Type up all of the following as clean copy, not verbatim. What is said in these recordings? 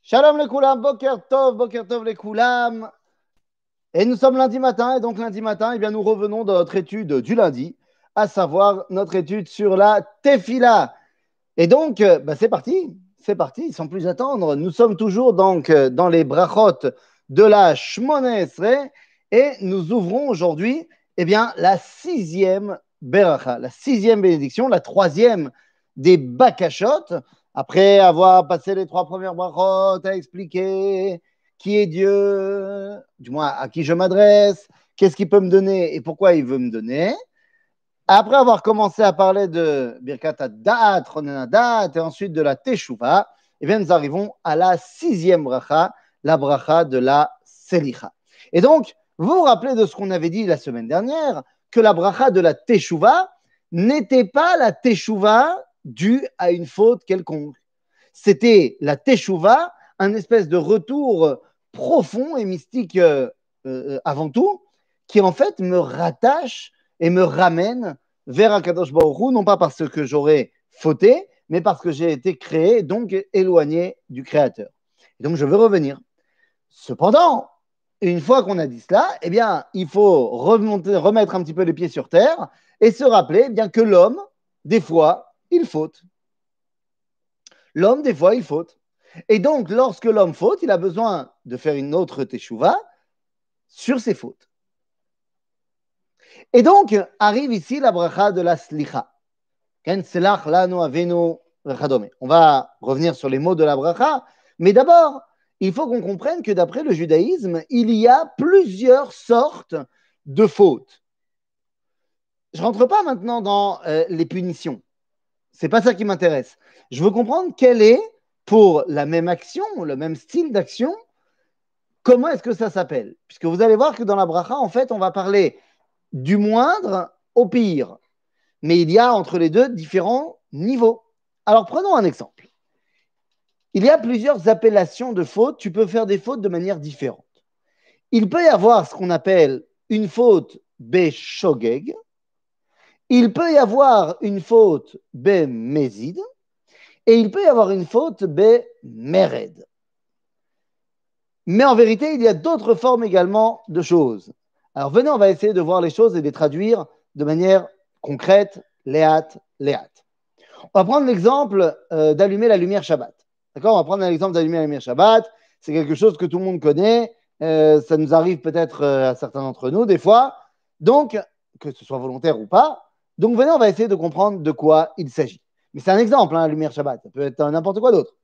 Shalom les koulam, boker tov les koulam. Et nous sommes lundi matin, et donc lundi matin, eh bien, nous revenons dans notre étude du lundi, à savoir notre étude sur la tefila. Et donc, c'est parti, sans plus attendre. Nous sommes toujours donc dans les brachot de la Shmona Esrei, et nous ouvrons aujourd'hui eh bien, la sixième beracha, la sixième bénédiction, la troisième des bakashot, après avoir passé les trois premières brachot à expliquer qui est Dieu, du moins à qui je m'adresse, qu'est-ce qu'il peut me donner et pourquoi il veut me donner. Après avoir commencé à parler de Birkat Da'at, Ronen Da'at et ensuite de la Teshuvah, eh bien, nous arrivons à la sixième bracha, la bracha de la Selicha. Et donc, vous vous rappelez de ce qu'on avait dit la semaine dernière, que la bracha de la Teshuvah n'était pas la Teshuvah due à une faute quelconque. C'était la Teshuvah, un espèce de retour profond et mystique avant tout, qui en fait me rattache et me ramène vers Akadosh Baruch Hu, non pas parce que j'aurais fauté, mais parce que j'ai été créé, donc éloigné du Créateur. Et donc je veux revenir. Cependant, une fois qu'on a dit cela, eh bien, il faut remettre un petit peu les pieds sur terre et se rappeler eh bien, que l'homme, des fois, il faute. L'homme, des fois, il faute. Et donc, lorsque l'homme faute, il a besoin de faire une autre teshuva sur ses fautes. Et donc, arrive ici la bracha de la slicha. On va revenir sur les mots de la bracha, mais d'abord, il faut qu'on comprenne que d'après le judaïsme, il y a plusieurs sortes de fautes. Je ne rentre pas maintenant dans les punitions. Ce n'est pas ça qui m'intéresse. Je veux comprendre quelle est, pour la même action, le même style d'action, comment est-ce que ça s'appelle? Puisque vous allez voir que dans la bracha, en fait, on va parler du moindre au pire. Mais il y a entre les deux différents niveaux. Alors, prenons un exemple. Il y a plusieurs appellations de fautes. Tu peux faire des fautes de manière différente. Il peut y avoir ce qu'on appelle une faute beshogeg. Il peut y avoir une faute bemezid. Et il peut y avoir une faute bemered. Mais en vérité, il y a d'autres formes également de choses. Alors venez, on va essayer de voir les choses et de les traduire de manière concrète, léat. On va prendre l'exemple d'allumer la lumière Shabbat. D'accord? On va prendre l'exemple d'allumer la lumière Shabbat. C'est quelque chose que tout le monde connaît. Ça nous arrive peut-être à certains d'entre nous des fois. Donc, que ce soit volontaire ou pas. Donc venez, on va essayer de comprendre de quoi il s'agit. Mais c'est un exemple, hein, la lumière Shabbat. Ça peut être n'importe quoi d'autre.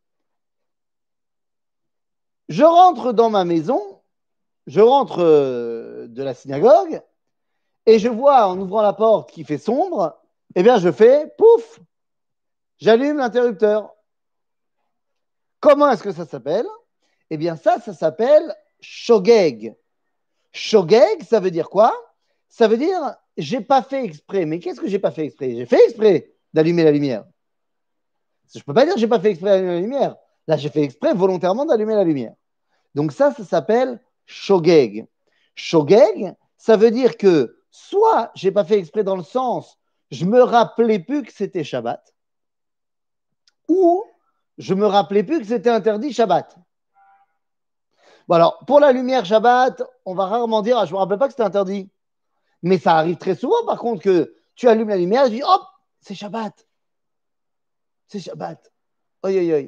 Je rentre dans ma maison, je rentre de la synagogue, et je vois en ouvrant la porte qui fait sombre, eh bien je fais pouf, j'allume l'interrupteur. Comment est-ce que ça s'appelle? Eh bien ça s'appelle shogeg. Shogeg, ça veut dire quoi? Ça veut dire j'ai pas fait exprès. Mais qu'est-ce que j'ai pas fait exprès? J'ai fait exprès d'allumer la lumière. Je peux pas dire j'ai pas fait exprès d'allumer la lumière. Là, j'ai fait exprès volontairement d'allumer la lumière. Donc ça s'appelle shogeg. Shogeg, ça veut dire que soit j'ai pas fait exprès dans le sens je me rappelais plus que c'était Shabbat, ou je me rappelais plus que c'était interdit Shabbat. Bon alors, pour la lumière Shabbat, on va rarement dire je me rappelle pas que c'était interdit. Mais ça arrive très souvent par contre que tu allumes la lumière et tu dis hop, c'est Shabbat. C'est Shabbat. Oi, oi, oi.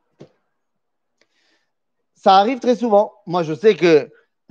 Ça arrive très souvent. Moi, je sais que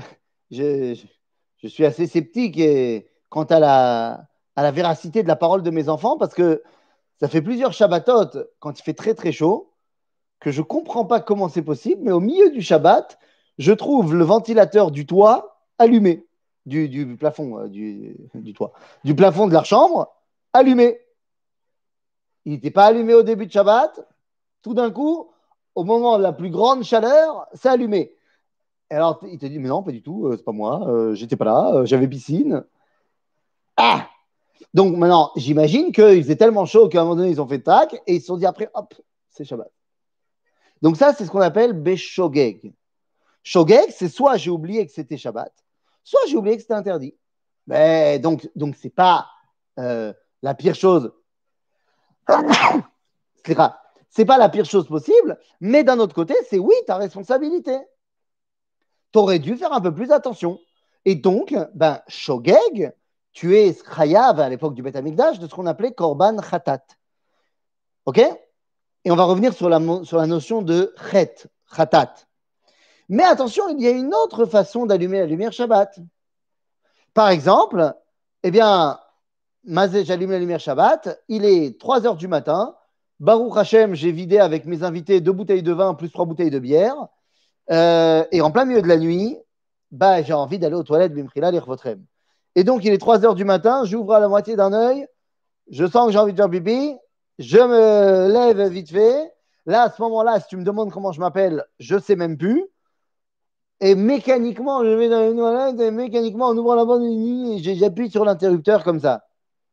je suis assez sceptique quant à la véracité de la parole de mes enfants parce que ça fait plusieurs Shabbatot quand il fait très très chaud que je ne comprends pas comment c'est possible, mais au milieu du Shabbat, je trouve le ventilateur du toit allumé, du plafond, du toit, du plafond de leur chambre allumé. Il n'était pas allumé au début de Shabbat, tout d'un coup, au moment de la plus grande chaleur, c'est allumé. Et alors, il te dit, mais non, pas du tout, c'est pas moi, j'étais pas là, j'avais piscine. Ah! Donc maintenant, j'imagine qu'ils faisaient tellement chaud qu'à un moment donné, ils ont fait tac et ils se sont dit après, hop, c'est Shabbat. Donc ça, c'est ce qu'on appelle Beshogeg. Shogeg, c'est soit j'ai oublié que c'était Shabbat, soit j'ai oublié que c'était interdit. Mais donc c'est pas la pire chose. C'est pas la pire chose possible, mais d'un autre côté, c'est oui, ta responsabilité. Tu aurais dû faire un peu plus attention. Et donc, ben, Shogeg, tu es chayav à l'époque du Beth Amikdash de ce qu'on appelait Korban Khatat. OK? Et on va revenir sur la notion de Chet, Khatat. Mais attention, il y a une autre façon d'allumer la lumière Shabbat. Par exemple, eh bien, j'allume la lumière Shabbat, il est 3 heures du matin, Baruch Hashem, j'ai vidé avec mes invités 2 bouteilles de vin plus 3 bouteilles de bière, et en plein milieu de la nuit, bah, j'ai envie d'aller aux toilettes, Bimchila, l'Irvotrem. Et donc, il est 3 heures du matin, j'ouvre à la moitié d'un œil, je sens que j'ai envie de faire pipi, je me lève vite fait. Là, à ce moment-là, si tu me demandes comment je m'appelle, je ne sais même plus. Et mécaniquement, je vais dans une toilette et mécaniquement, en ouvrant la bonne ligne, j'appuie sur l'interrupteur comme ça.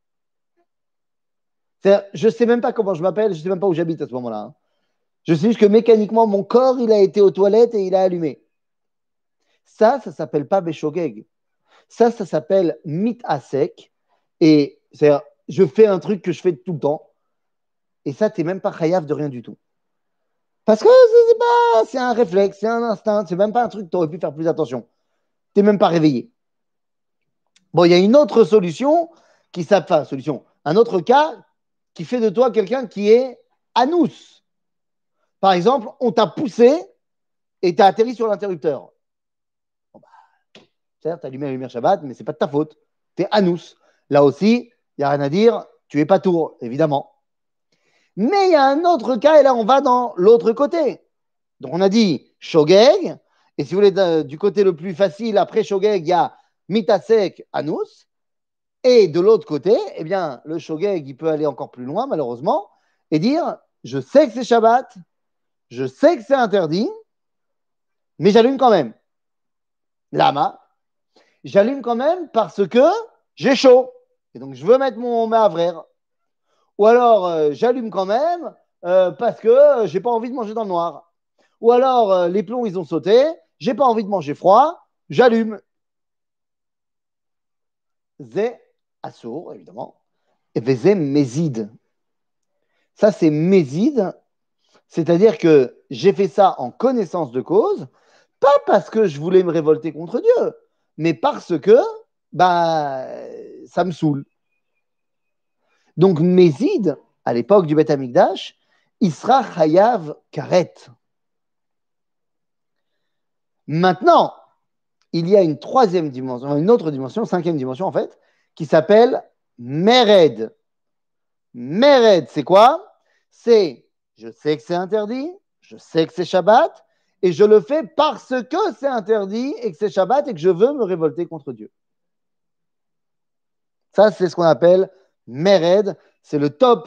Je ne sais même pas comment je m'appelle, je ne sais même pas où j'habite à ce moment-là. Hein. Je sais juste que mécaniquement, mon corps, il a été aux toilettes et il a allumé. Ça ne s'appelle pas Beshogeg. Ça s'appelle mit asek. Et c'est-à-dire, je fais un truc que je fais tout le temps. Et ça, tu n'es même pas chayav de rien du tout. Parce que c'est un réflexe, c'est un instinct, c'est même pas un truc que tu aurais pu faire plus attention. Tu n'es même pas réveillé. Bon, il y a une autre solution qui s'appelle, solution, un autre cas qui fait de toi quelqu'un qui est anous. Par exemple, on t'a poussé et tu as atterri sur l'interrupteur. Bon, bah, certes, tu as allumé la lumière Shabbat, mais ce n'est pas de ta faute. Tu es anous. Là aussi, il n'y a rien à dire, tu es pas tour, évidemment. Mais il y a un autre cas, et là, on va dans l'autre côté. Donc, on a dit Shogeg, et si vous voulez, du côté le plus facile, après Shogeg, il y a Mitasek, Anous. Et de l'autre côté, eh bien, le Shogeg, il peut aller encore plus loin, malheureusement, et dire je sais que c'est Shabbat, je sais que c'est interdit, mais j'allume quand même. Lama, j'allume quand même parce que j'ai chaud. Et donc, je veux mettre mon mavrère. Ou alors, j'allume quand même parce que j'ai pas envie de manger dans le noir. Ou alors, les plombs, ils ont sauté, j'ai pas envie de manger froid, j'allume. Zé assour, évidemment. Et zé méside. Ça, c'est méside. C'est-à-dire que j'ai fait ça en connaissance de cause, pas parce que je voulais me révolter contre Dieu, mais parce que bah, ça me saoule. Donc, Mézid, à l'époque du Beth Amikdash, il sera Chayav Karet. Maintenant, il y a une troisième dimension, une autre dimension, cinquième dimension en fait, qui s'appelle Mered. Mered, c'est quoi? C'est, je sais que c'est interdit, je sais que c'est Shabbat, et je le fais parce que c'est interdit et que c'est Shabbat et que je veux me révolter contre Dieu. Ça, c'est ce qu'on appelle Mered. C'est le top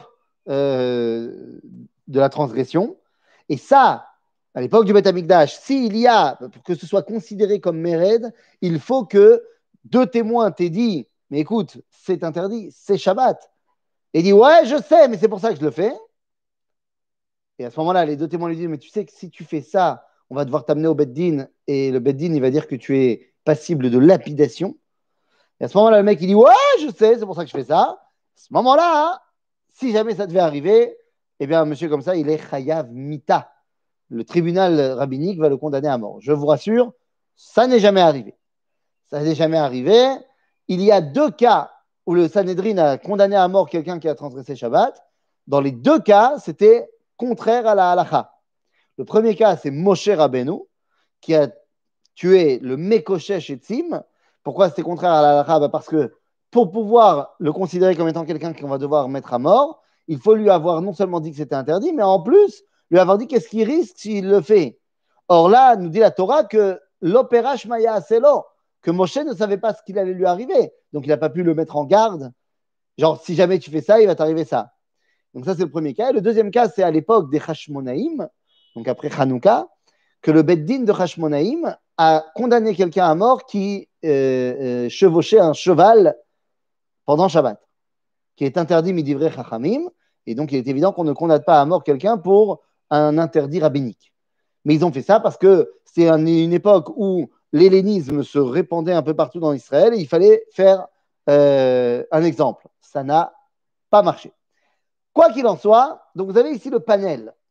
de la transgression. Et ça, à l'époque du Beth Amikdash, s'il y a, pour que ce soit considéré comme Mered, il faut que deux témoins t'aient dit, mais écoute, c'est interdit, c'est Shabbat. Et il dit, ouais, je sais, mais c'est pour ça que je le fais. Et à ce moment-là, les deux témoins lui disent, mais tu sais que si tu fais ça, on va devoir t'amener au Beddin, et le Beddin, il va dire que tu es passible de lapidation. Et à ce moment-là, le mec, il dit, ouais, je sais, c'est pour ça que je fais ça. À ce moment-là, hein, si jamais ça devait arriver, eh bien, un monsieur comme ça, il est chayav mita. Le tribunal rabbinique va le condamner à mort. Je vous rassure, ça n'est jamais arrivé. Ça n'est jamais arrivé. Il y a deux cas où le Sanhedrin a condamné à mort quelqu'un qui a transgressé Shabbat. Dans les deux cas, c'était contraire à la halacha. Le premier cas, c'est Moshe Rabbeinu, qui a tué le Mekoshesh et Tzim. Pourquoi c'était contraire à la halacha? Parce que pour pouvoir le considérer comme étant quelqu'un qu'on va devoir mettre à mort, il faut lui avoir non seulement dit que c'était interdit, mais en plus lui avoir dit qu'est-ce qu'il risque s'il le fait. Or là, nous dit la Torah que l'opéra Shmaya Aselo, que Moshe ne savait pas ce qu'il allait lui arriver. Donc il n'a pas pu le mettre en garde. Genre, si jamais tu fais ça, il va t'arriver ça. Donc ça, c'est le premier cas. Et le deuxième cas, c'est à l'époque des Hashmonaïm, donc après Hanouka, que le Beddin de Hashmonaïm a condamné quelqu'un à mort qui chevauchait un cheval pendant Shabbat, qui est interdit midivrei chachamim, et donc il est évident qu'on ne condamne pas à mort quelqu'un pour un interdit rabbinique. Mais ils ont fait ça parce que c'est une époque où l'hellénisme se répandait un peu partout dans Israël et il fallait faire un exemple. Ça n'a pas marché. Quoi qu'il en soit, donc vous avez ici le panel.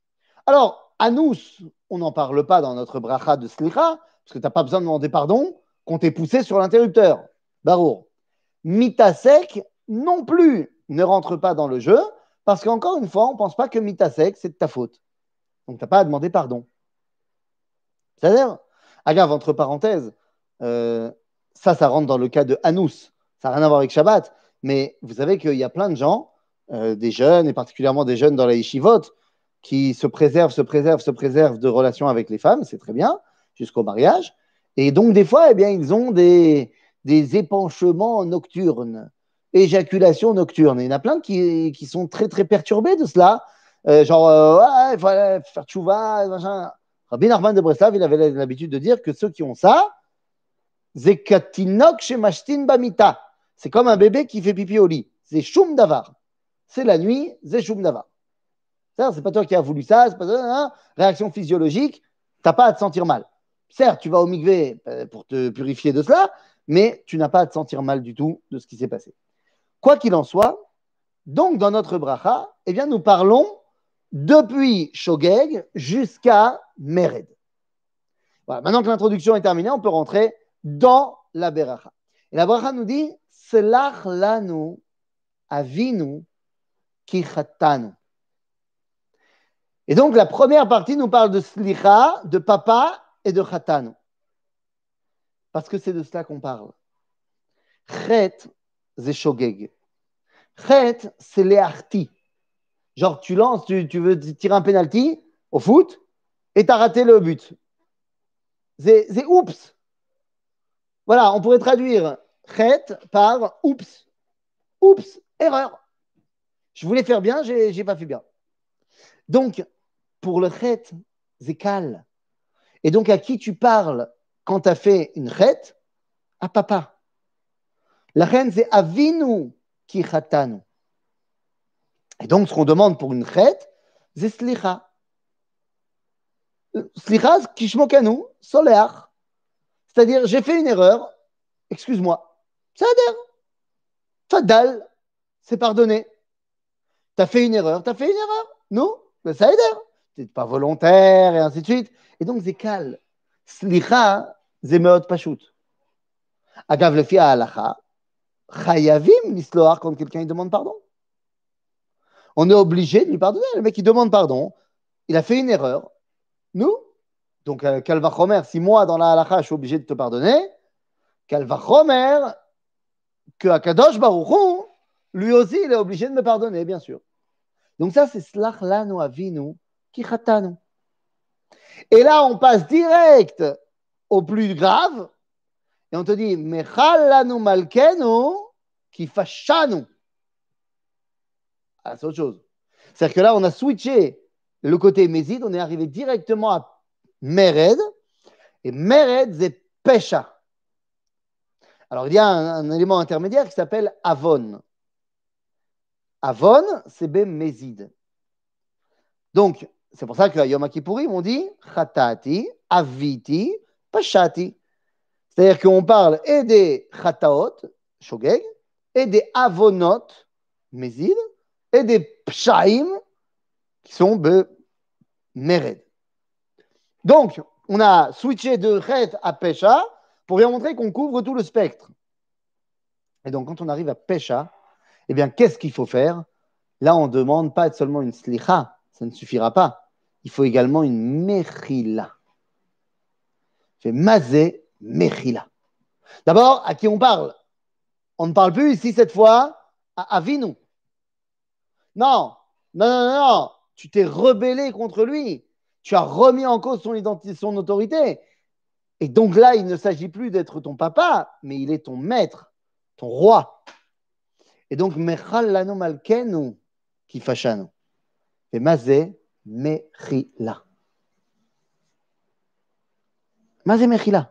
Alors, Anous, on n'en parle pas dans notre bracha de Slicha, parce que tu n'as pas besoin de demander pardon qu'on t'ait poussé sur l'interrupteur. Barour. Mitasek non plus ne rentre pas dans le jeu, parce qu'encore une fois, on ne pense pas que Mitasek, c'est de ta faute. Donc, tu n'as pas à demander pardon. C'est-à-dire, agave, entre parenthèses, ça rentre dans le cas de Anous. Ça n'a rien à voir avec Shabbat, mais vous savez qu'il y a plein de gens, des jeunes, et particulièrement des jeunes dans la yeshivot, qui se préservent de relations avec les femmes, c'est très bien, jusqu'au mariage. Et donc, des fois, eh bien, ils ont des épanchements nocturnes, éjaculations nocturnes. Et il y en a plein qui sont très, très perturbés de cela. Ouais, il faut faire tchouva, machin. Rabbi Nachman de Breslav, il avait l'habitude de dire que ceux qui ont ça, Zekatinok shemashtin bamita. C'est comme un bébé qui fait pipi au lit. C'est shum davar. C'est la nuit, c'est shum davar. C'est pas toi qui as voulu ça, c'est pas ça, réaction physiologique, t'as pas à te sentir mal. Certes, tu vas au mikvé pour te purifier de cela, mais tu n'as pas à te sentir mal du tout de ce qui s'est passé. Quoi qu'il en soit, donc dans notre bracha, eh bien, nous parlons depuis Shogeg jusqu'à Mered. Voilà, maintenant que l'introduction est terminée, on peut rentrer dans la beracha. Et la bracha nous dit Selach lanu avinu ki chatanu. Et donc la première partie nous parle de slicha, de papa et de chatanu. Parce que c'est de cela qu'on parle. Chet, c'est shogeg. Chet, c'est le'arti. Genre, tu lances, tu veux tirer un penalty au foot et tu as raté le but. C'est oups. Voilà, on pourrait traduire chet par oups. Oups, erreur. Je voulais faire bien, j'ai pas fait bien. Donc, pour le chet, c'est kal. Et donc, à qui tu parles quand tu as fait une chet? À papa. La reine, c'est avinu ki chatanu. Et donc, ce qu'on demande pour une chet, c'est slicha. Slicha, kishmokanu, soleach. C'est-à-dire, j'ai fait une erreur, excuse-moi. C'est-à-dire, fadal, c'est pardonné. T'as fait une erreur, non? Ça aide. C'est pas volontaire et ainsi de suite. Et donc, c'est kal. Slicha, c'est meot pashut. Agav, le fi halacha, chayavim l'isloar quand quelqu'un il demande pardon. On est obligé de lui pardonner. Le mec, il demande pardon. Il a fait une erreur. Nous? Donc, Kalvachomer, si moi, dans la halacha, je suis obligé de te pardonner, Kalvachomer, que Akadosh Baruch Hu, lui aussi, il est obligé de me pardonner, bien sûr. Donc ça, c'est Slach lanu avinu ki chatanu. Et là, on passe direct au plus grave, et on te dit, Mechal lanu malkenu ki fashanu. Ah, c'est autre chose. C'est-à-dire que là, on a switché le côté Mézid, on est arrivé directement à Mered, et Mered, c'est Pesha. Alors, il y a un élément intermédiaire qui s'appelle Avon. Avon, c'est B Mézid. Donc, c'est pour ça qu'à Yom Kippourim, on dit Chatati, Aviti, Pashati. C'est-à-dire qu'on parle et des Chataot, Shogeg, et des Avonot, Mézid, et des Pshaim, qui sont Mered. Donc, on a switché de Chet à Pesha pour bien montrer qu'on couvre tout le spectre. Et donc, quand on arrive à Pesha, eh bien, qu'est-ce qu'il faut faire? Là, on ne demande pas seulement une slicha, ça ne suffira pas. Il faut également une mechila. C'est mazé mechila. D'abord, à qui on parle? On ne parle plus ici cette fois à Avinu. Non, non, non, non, non. Tu t'es rebellé contre lui. Tu as remis en cause son identité, son autorité. Et donc là, il ne s'agit plus d'être ton papa, mais il est ton maître, ton roi. Et donc, mechal lano malkenu ki fashanu. Et mazé mechila. Mazé mechila.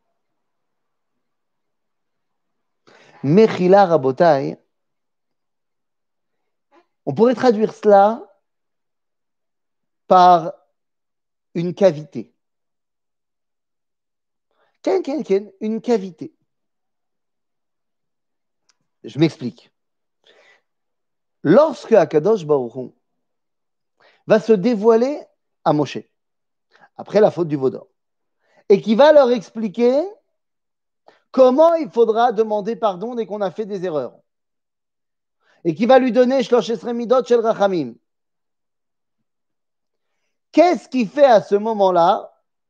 Mechila rabotai. On pourrait traduire cela par une cavité. Une cavité. Je m'explique. Lorsque Akadosh Baruch Hu va se dévoiler à Moshe, après la faute du veau d'or, et qui va leur expliquer comment il faudra demander pardon dès qu'on a fait des erreurs, et qui va lui donner Shlosh Esrei Midot Shel Rachamim. Qu'est-ce qu'il fait à ce moment-là?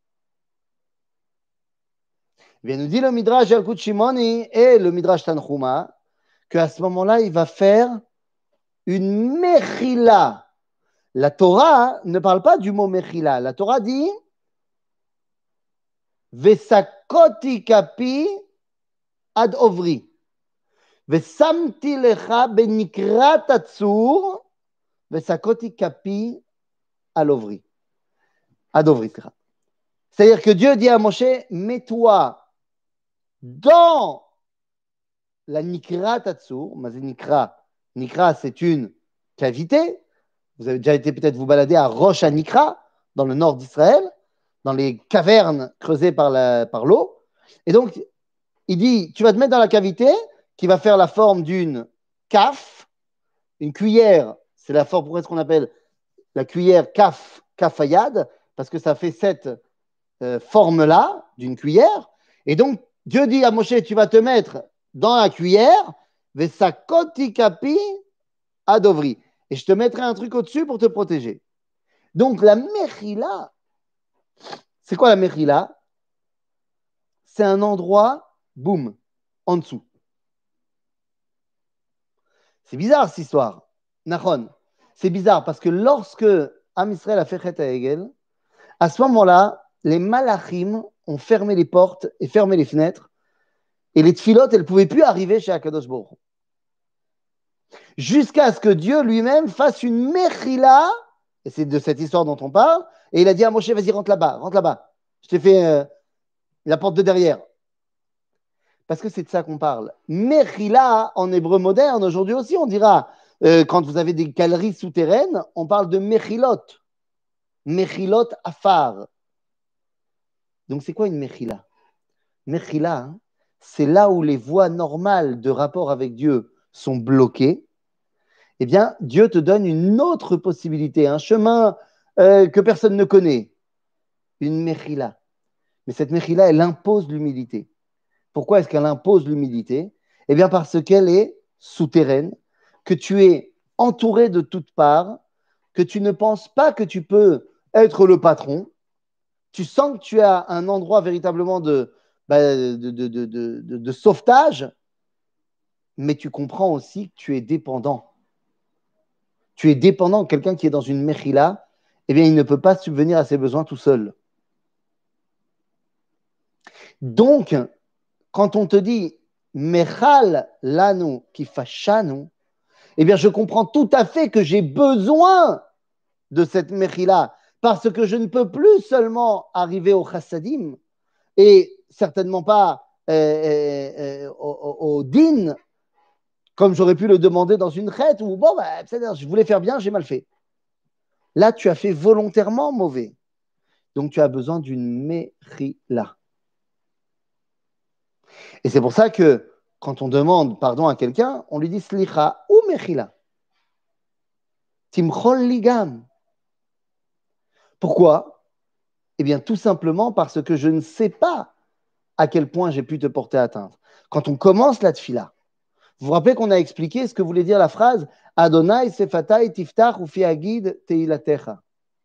Il vient nous dire le Midrash Yalkut Shimoni et le Midrash Tanchuma qu'à ce moment-là, il va faire une mechila. La Torah ne parle pas du mot mechila. La Torah dit Vesakoti kapi ad ovri. Vesamti lecha benikrat atzur. Vesakoti kapi ad ovri. Ad ovri, c'est-à-dire que Dieu dit à Moshe, mets-toi dans la nikra tatsur. Nikra, c'est une cavité. Vous avez déjà été peut-être vous balader à Rosh Nikra, dans le nord d'Israël, dans les cavernes creusées par l'eau. Et donc, il dit, tu vas te mettre dans la cavité qui va faire la forme d'une kaf, une cuillère. C'est la forme, pourquoi est-ce qu'on appelle la cuillère kafayad, parce que ça fait cette forme-là d'une cuillère. Et donc, Dieu dit à Moshe, tu vas te mettre dans la cuillère, vesakoti kapi adovri. Et je te mettrai un truc au-dessus pour te protéger. Donc, la mechila, c'est quoi la mechila? C'est un endroit, boum, en dessous. C'est bizarre cette histoire. Nachon. C'est bizarre parce que lorsque Am Israël a fait Chet HaEgel, à ce moment-là, les malachim ont fermé les portes et fermé les fenêtres et les tfilotes, elles ne pouvaient plus arriver chez Akadosh Baruch Hu. Jusqu'à ce que Dieu lui-même fasse une mechila, et c'est de cette histoire dont on parle, et il a dit à Moshe, vas-y, rentre là-bas. Je t'ai fait la porte de derrière. Parce que c'est de ça qu'on parle. Mechila, en hébreu moderne, aujourd'hui aussi, on dira, quand vous avez des galeries souterraines, on parle de mechilot. Mechilot afar. Donc, c'est quoi une mechila? Mechila, hein, c'est là où les voies normales de rapport avec Dieu sont bloquées. Eh bien, Dieu te donne une autre possibilité, un chemin que personne ne connaît. Une mechila. Mais cette mechila, elle impose l'humilité. Pourquoi est-ce qu'elle impose l'humilité? Eh bien, parce qu'elle est souterraine, que tu es entouré de toutes parts, que tu ne penses pas que tu peux être le patron. Tu sens que tu as un endroit véritablement de sauvetage, mais tu comprends aussi que tu es dépendant. Tu es dépendant. Quelqu'un qui est dans une mechila, eh bien, il ne peut pas subvenir à ses besoins tout seul. Donc, quand on te dit Mechal lanu kifashanu, eh bien, je comprends tout à fait que j'ai besoin de cette mechila parce que je ne peux plus seulement arriver au chassadim et certainement pas au din comme j'aurais pu le demander dans une chète où bon, je voulais faire bien, j'ai mal fait. Là, tu as fait volontairement mauvais. Donc, tu as besoin d'une mechila. Et c'est pour ça que quand on demande pardon à quelqu'un, on lui dit slicha ou mechila. Timchol ligam. Pourquoi? Eh bien, tout simplement parce que je ne sais pas à quel point j'ai pu te porter atteinte. Quand on commence la tfila, vous vous rappelez qu'on a expliqué ce que voulait dire la phrase Adonai sefatai tiftach ufi agid teilatecha.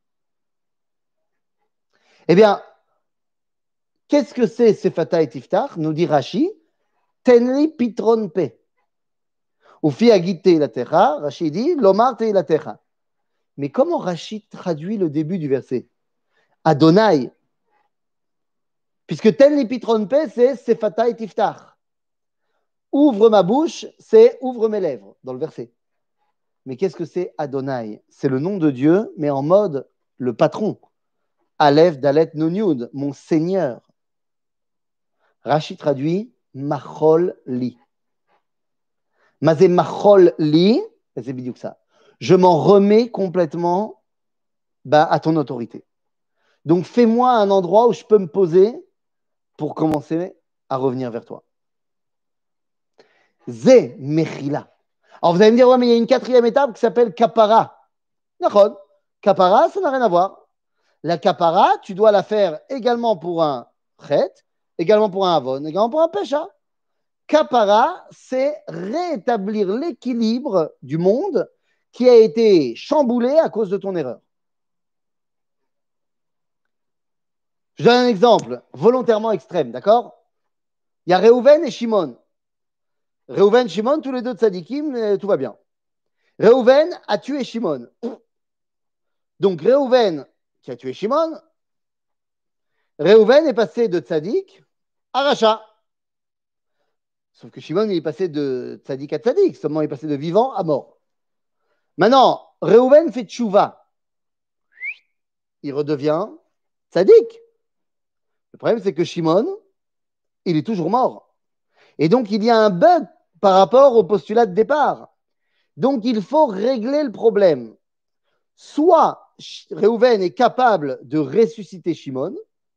Eh bien, qu'est-ce que c'est sefatai tiftach? Nous dit Rashi, tenli pitron pe. Ufi agid teilatecha, Rashi dit lomar teilatecha. Mais comment Rashi traduit le début du verset? Adonai. Puisque tenli pitron pe, c'est sefatai tiftach. Ouvre ma bouche, c'est ouvre mes lèvres, dans le verset. Mais qu'est-ce que c'est Adonai? C'est le nom de Dieu, mais en mode le patron. Aleph, Dalet, Nun, Yud, mon Seigneur. Rashi traduit Machol li. Mazé Machol li, c'est bien que ça. Je m'en remets complètement à ton autorité. Donc fais-moi un endroit où je peux me poser pour commencer à revenir vers toi. Zé Mechila. Alors vous allez me dire, ouais, mais il y a une quatrième étape qui s'appelle Kapara. D'accord. Kapara, ça n'a rien à voir. La kapara, tu dois la faire également pour un chet, également pour un avon, également pour un pécha. Kapara, c'est rétablir l'équilibre du monde qui a été chamboulé à cause de ton erreur. Je donne un exemple volontairement extrême, d'accord? Il y a Reuven et Shimon. Reuven, Shimon, tous les deux tzadikim, tout va bien. Reuven a tué Shimon. Donc Reuven, qui a tué Shimon, Reuven est passé de tzadik à rachat. Sauf que Shimon, il est passé de tzadik à tzadik, seulement il est passé de vivant à mort. Maintenant, Reuven fait tchouva. Il redevient tzadik. Le problème, c'est que Shimon, il est toujours mort. Et donc, il y a un bug par rapport au postulat de départ. Donc, il faut régler le problème. Soit Reuven est capable de ressusciter Shimon,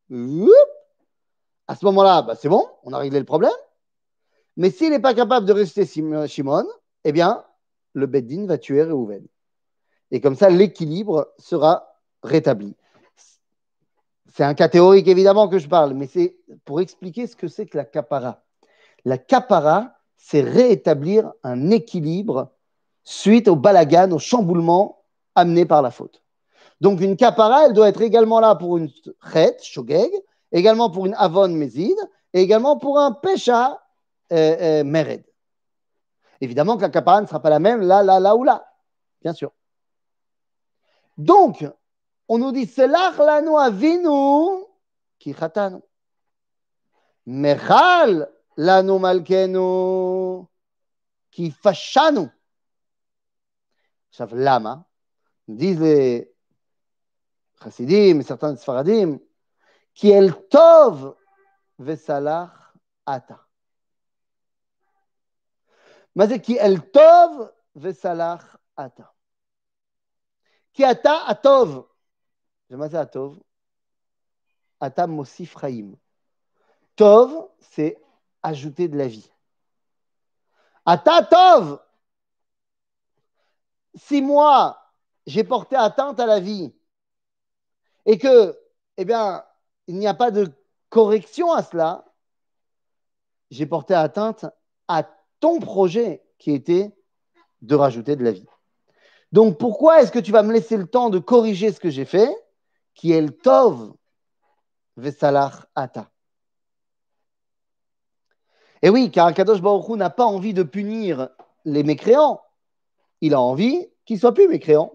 à ce moment-là, bah, c'est bon, on a réglé le problème. Mais s'il n'est pas capable de ressusciter Shimon, eh bien, le Beddin va tuer Reuven. Et comme ça, l'équilibre sera rétabli. C'est un cas théorique, évidemment, que je parle, mais c'est pour expliquer ce que c'est que la kapara. La kapara, c'est rétablir un équilibre suite au balagan, au chamboulement amené par la faute. Donc, une kapara, elle doit être également là pour une chet, shogeg, également pour une avon mézid, et également pour un pesha mered. Évidemment que la kapara ne sera pas la même là ou là, bien sûr. Donc, on nous dit, Selach lanu avinu ki chatanu. Mechal lanu malkenu ki fashanu. עכשיו, למה? disent les chassidim et certains sfaradim, כי אל טוב וסלח אתה. מה זה כי אל טוב וסלח אתה? כי אתה הטוב. ומה זה הטוב? אתה מוסיף חיים. טוב, c'est ajouter de la vie. אתה טוב. Si moi, j'ai porté atteinte à la vie et que, eh bien, il n'y a pas de correction à cela, j'ai porté atteinte à ton projet qui était de rajouter de la vie. Donc, pourquoi est-ce que tu vas me laisser le temps de corriger ce que j'ai fait, qui est le tov vesalach ata? Et oui, car Kadosh Baruch Hu n'a pas envie de punir les mécréants. Il a envie qu'ils soient plus mécréants.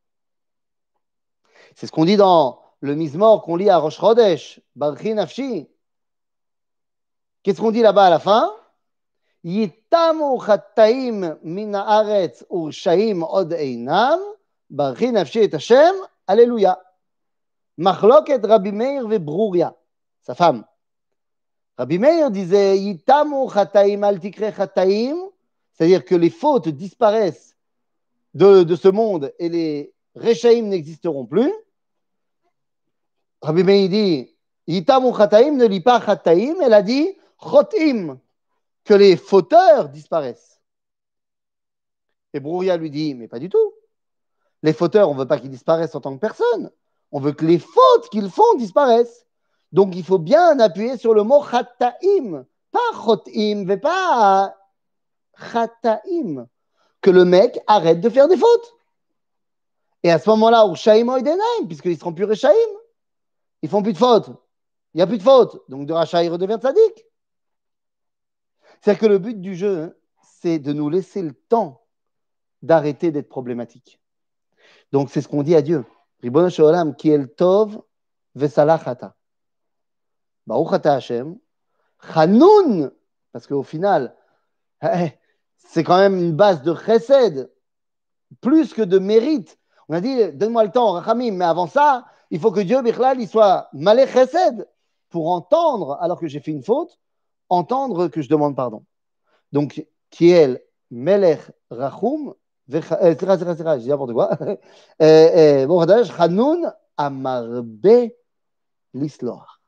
C'est ce qu'on dit dans le Mizmor qu'on lit à Rosh Chodesh, Barchi Nafshi. Qu'est-ce qu'on dit là-bas à la fin? Yitamu chattaim min haaretz urshaim od einam, Barchi Nafshi et Hashem, Alléluia. Machloket Rabbi Meir ve Bruria, sa femme. Rabbi Meir disait Yitamu chattaim al tikre chattaim, c'est-à-dire que les fautes disparaissent de ce monde et les Rechaim n'existeront plus. Rabbi Meir dit Yitamu chataim ne lit pas chataim, elle a dit chotim, que les fauteurs disparaissent. Et Brouria lui dit mais pas du tout. Les fauteurs, on ne veut pas qu'ils disparaissent en tant que personne. On veut que les fautes qu'ils font disparaissent. Donc il faut bien appuyer sur le mot chataim, pas chotim, mais pas chataim. Que le mec arrête de faire des fautes. Et à ce moment-là, Urshaim Oidenaim, puisqu'ils ne seront plus Rechaim, ils ne font plus de fautes. Il n'y a plus de fautes. Donc de Racha, il redevient Tzadik. C'est-à-dire que le but du jeu, hein, c'est de nous laisser le temps d'arrêter d'être problématique. Donc c'est ce qu'on dit à Dieu. Ribono shel olam, ki el tov vesalach ata. Baruch ata Hashem. Chanoun, parce qu'au final, c'est quand même une base de chesed, plus que de mérite. On a dit, donne-moi le temps, Rachamim, mais avant ça, il faut que Dieu, Bichlal, il soit malé chesed pour entendre, alors que j'ai fait une faute, entendre que je demande pardon. Donc, Kiel, Melech, Rachum, je dis n'importe quoi. Bon, Chanoun, Amarbe, l'Isloach.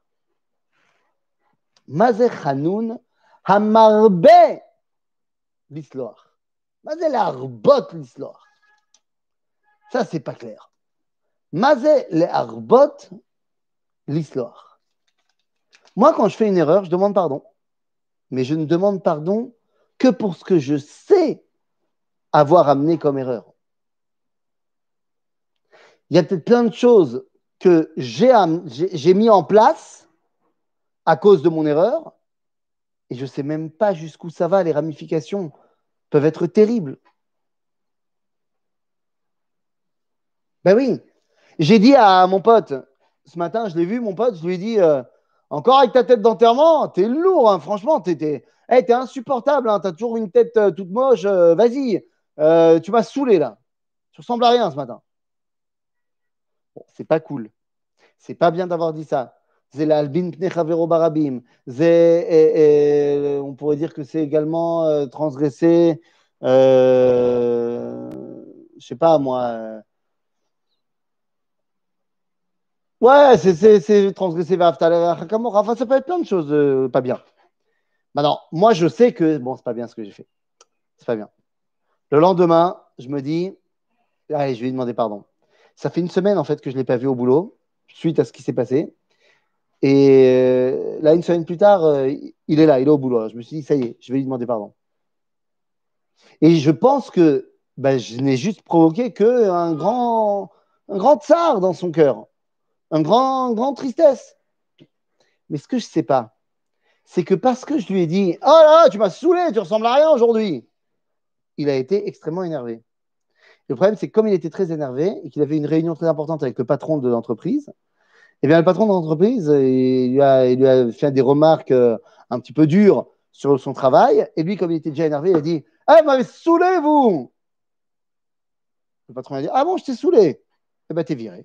Mazé Chanoun, Amarbe, l'Isloach. Mazé l'Arbot, l'Isloach. Ça, c'est pas clair. Mazé le arbot l'histoire. Moi, quand je fais une erreur, je demande pardon. Mais je ne demande pardon que pour ce que je sais avoir amené comme erreur. Il y a peut-être plein de choses que j'ai mis en place à cause de mon erreur, et je ne sais même pas jusqu'où ça va, les ramifications peuvent être terribles. Ben oui, j'ai dit à mon pote, ce matin, je l'ai vu, mon pote, je lui ai dit, encore avec ta tête d'enterrement, t'es lourd, hein, franchement, t'es insupportable, hein, t'as toujours une tête toute moche, vas-y, tu m'as saoulé là, tu ressembles à rien ce matin. Bon, c'est pas cool, c'est pas bien d'avoir dit ça. C'est l'albin pne chavero barabim. On pourrait dire que c'est également transgresser, je sais pas moi. Ouais, c'est transgresser Enfin, ça peut être plein de choses pas bien. Maintenant, moi, je sais que, bon, c'est pas bien ce que j'ai fait. C'est pas bien. Le lendemain, je me dis, allez, je vais lui demander pardon. Ça fait une semaine, en fait, que je ne l'ai pas vu au boulot, suite à ce qui s'est passé. Et là, une semaine plus tard, il est là, il est au boulot. Je me suis dit, ça y est, je vais lui demander pardon. Et je pense que bah, je n'ai juste provoqué un grand tsar dans son cœur, grand tristesse. Mais ce que je ne sais pas, c'est que parce que je lui ai dit, oh là là, tu m'as saoulé, tu ressembles à rien aujourd'hui, il a été extrêmement énervé. Le problème, c'est que comme il était très énervé et qu'il avait une réunion très importante avec le patron de l'entreprise, eh bien, le patron de l'entreprise, il lui a fait des remarques un petit peu dures sur son travail. Et lui, comme il était déjà énervé, il a dit, ah, vous m'avez saoulé, vous. Le patron a dit, ah bon, je t'ai saoulé. Eh bien, t'es viré.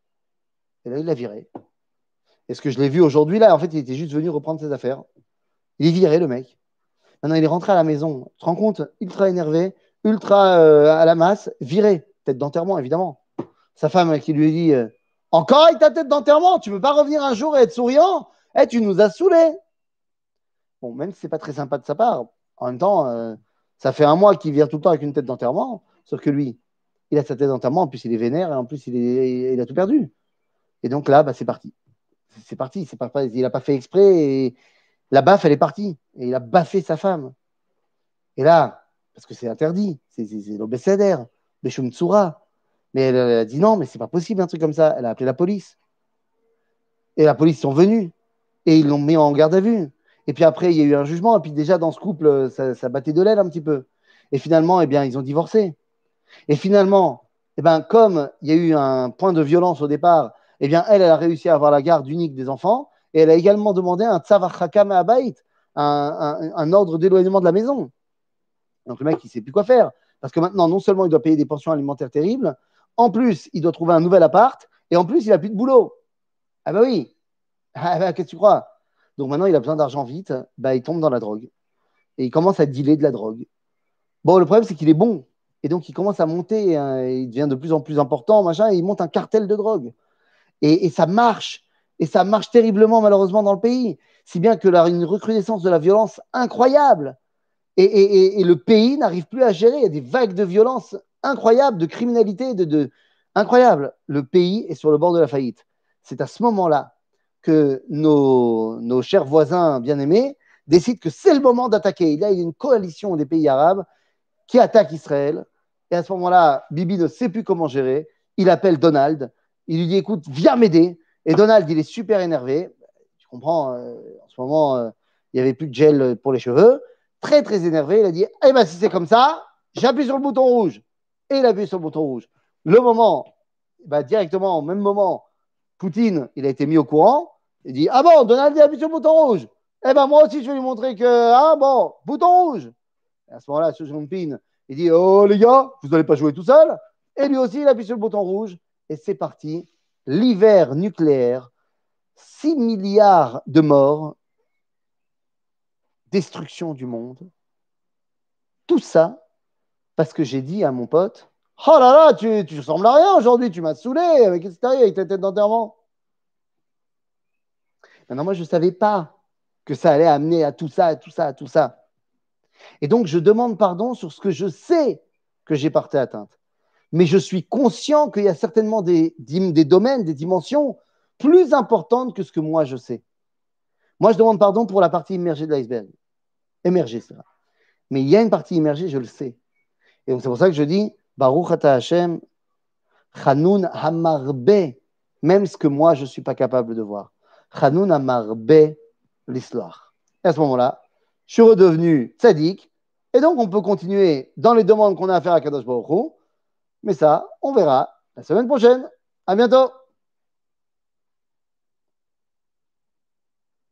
Et là, il l'a viré. Est-ce que je l'ai vu aujourd'hui, là? En fait, il était juste venu reprendre ses affaires. Il est viré, le mec. Maintenant, il est rentré à la maison. Tu te rends compte? Ultra énervé, ultra à la masse, viré. Tête d'enterrement, évidemment. Sa femme qui lui dit encore avec ta tête d'enterrement, tu ne veux pas revenir un jour et être souriant? Eh, tu nous as saoulés. Bon, même si c'est pas très sympa de sa part, en même temps, ça fait un mois qu'il vient tout le temps avec une tête d'enterrement, sauf que lui, il a sa tête d'enterrement, en plus il est vénère et en plus il a tout perdu. Et donc là, bah, c'est parti. C'est parti. Il n'a pas fait exprès et la baffe, elle est partie. Et il a baffé sa femme. Et là, parce que c'est interdit, c'est l'obécédaire, Beshum Tsura. Mais elle a dit non, mais c'est pas possible un truc comme ça. Elle a appelé la police. Et la police sont venus. Et ils l'ont mis en garde à vue. Et puis après, il y a eu un jugement. Et puis déjà, dans ce couple, ça battait de l'aile un petit peu. Et finalement, eh bien, ils ont divorcé. Et finalement, eh bien, comme il y a eu un point de violence au départ, eh bien, elle a réussi à avoir la garde unique des enfants. Et elle a également demandé un tzavar hakam abayit, un ordre d'éloignement de la maison. Donc le mec, il ne sait plus quoi faire. Parce que maintenant, non seulement il doit payer des pensions alimentaires terribles, en plus, il doit trouver un nouvel appart, et en plus, il n'a plus de boulot. Ah bah oui, ah bah, qu'est-ce que tu crois? Donc maintenant, il a besoin d'argent vite, bah, il tombe dans la drogue. Et il commence à dealer de la drogue. Bon, le problème, c'est qu'il est bon. Et donc, il commence à monter, hein, il devient de plus en plus important, machin, et il monte un cartel de drogue. Et ça marche. Et ça marche terriblement, malheureusement, dans le pays. Si bien que là, une recrudescence de la violence incroyable. Et le pays n'arrive plus à gérer. Il y a des vagues de violence incroyables, de criminalité, incroyables. Le pays est sur le bord de la faillite. C'est à ce moment-là que nos chers voisins bien-aimés décident que c'est le moment d'attaquer. Il y a une coalition des pays arabes qui attaque Israël. Et à ce moment-là, Bibi ne sait plus comment gérer. Il appelle Donald. Il lui dit, écoute, viens m'aider. Et Donald, il est super énervé. Tu comprends, en ce moment, il n'y avait plus de gel pour les cheveux. Très, très énervé. Il a dit, eh bien, si c'est comme ça, j'appuie sur le bouton rouge. Et il appuie sur le bouton rouge. Le moment, bah, directement, au même moment, Poutine, il a été mis au courant. Il dit, ah bon, Donald, il appuie sur le bouton rouge. Eh ben, moi aussi, je vais lui montrer que, ah bon, bouton rouge. Et à ce moment-là, Xi Jinping, il dit, oh les gars, vous n'allez pas jouer tout seul. Et lui aussi, il appuie sur le bouton rouge. Et c'est parti. L'hiver nucléaire, 6 milliards de morts, destruction du monde. Tout ça parce que j'ai dit à mon pote, oh là là, tu ressembles à rien aujourd'hui, tu m'as saoulé. Qu'est-ce que t'as avec ta tête d'enterrement? Maintenant, moi, je ne savais pas que ça allait amener à tout ça, à tout ça, à tout ça. Et donc, je demande pardon sur ce que je sais que j'ai porté atteinte. Mais je suis conscient qu'il y a certainement des domaines, des dimensions plus importantes que ce que moi je sais. Moi, je demande pardon pour la partie immergée de l'iceberg. Émergée, c'est vrai. Mais il y a une partie immergée, je le sais. Et donc, c'est pour ça que je dis, Baruch Ata Hashem, Chanoun Hamarbe, même ce que moi, je ne suis pas capable de voir. Chanoun Hamarbe l'Isloach. Et à ce moment-là, je suis redevenu tzaddik, et donc on peut continuer dans les demandes qu'on a à faire à Kadosh Baruch Hu, mais ça, on verra la semaine prochaine. À bientôt.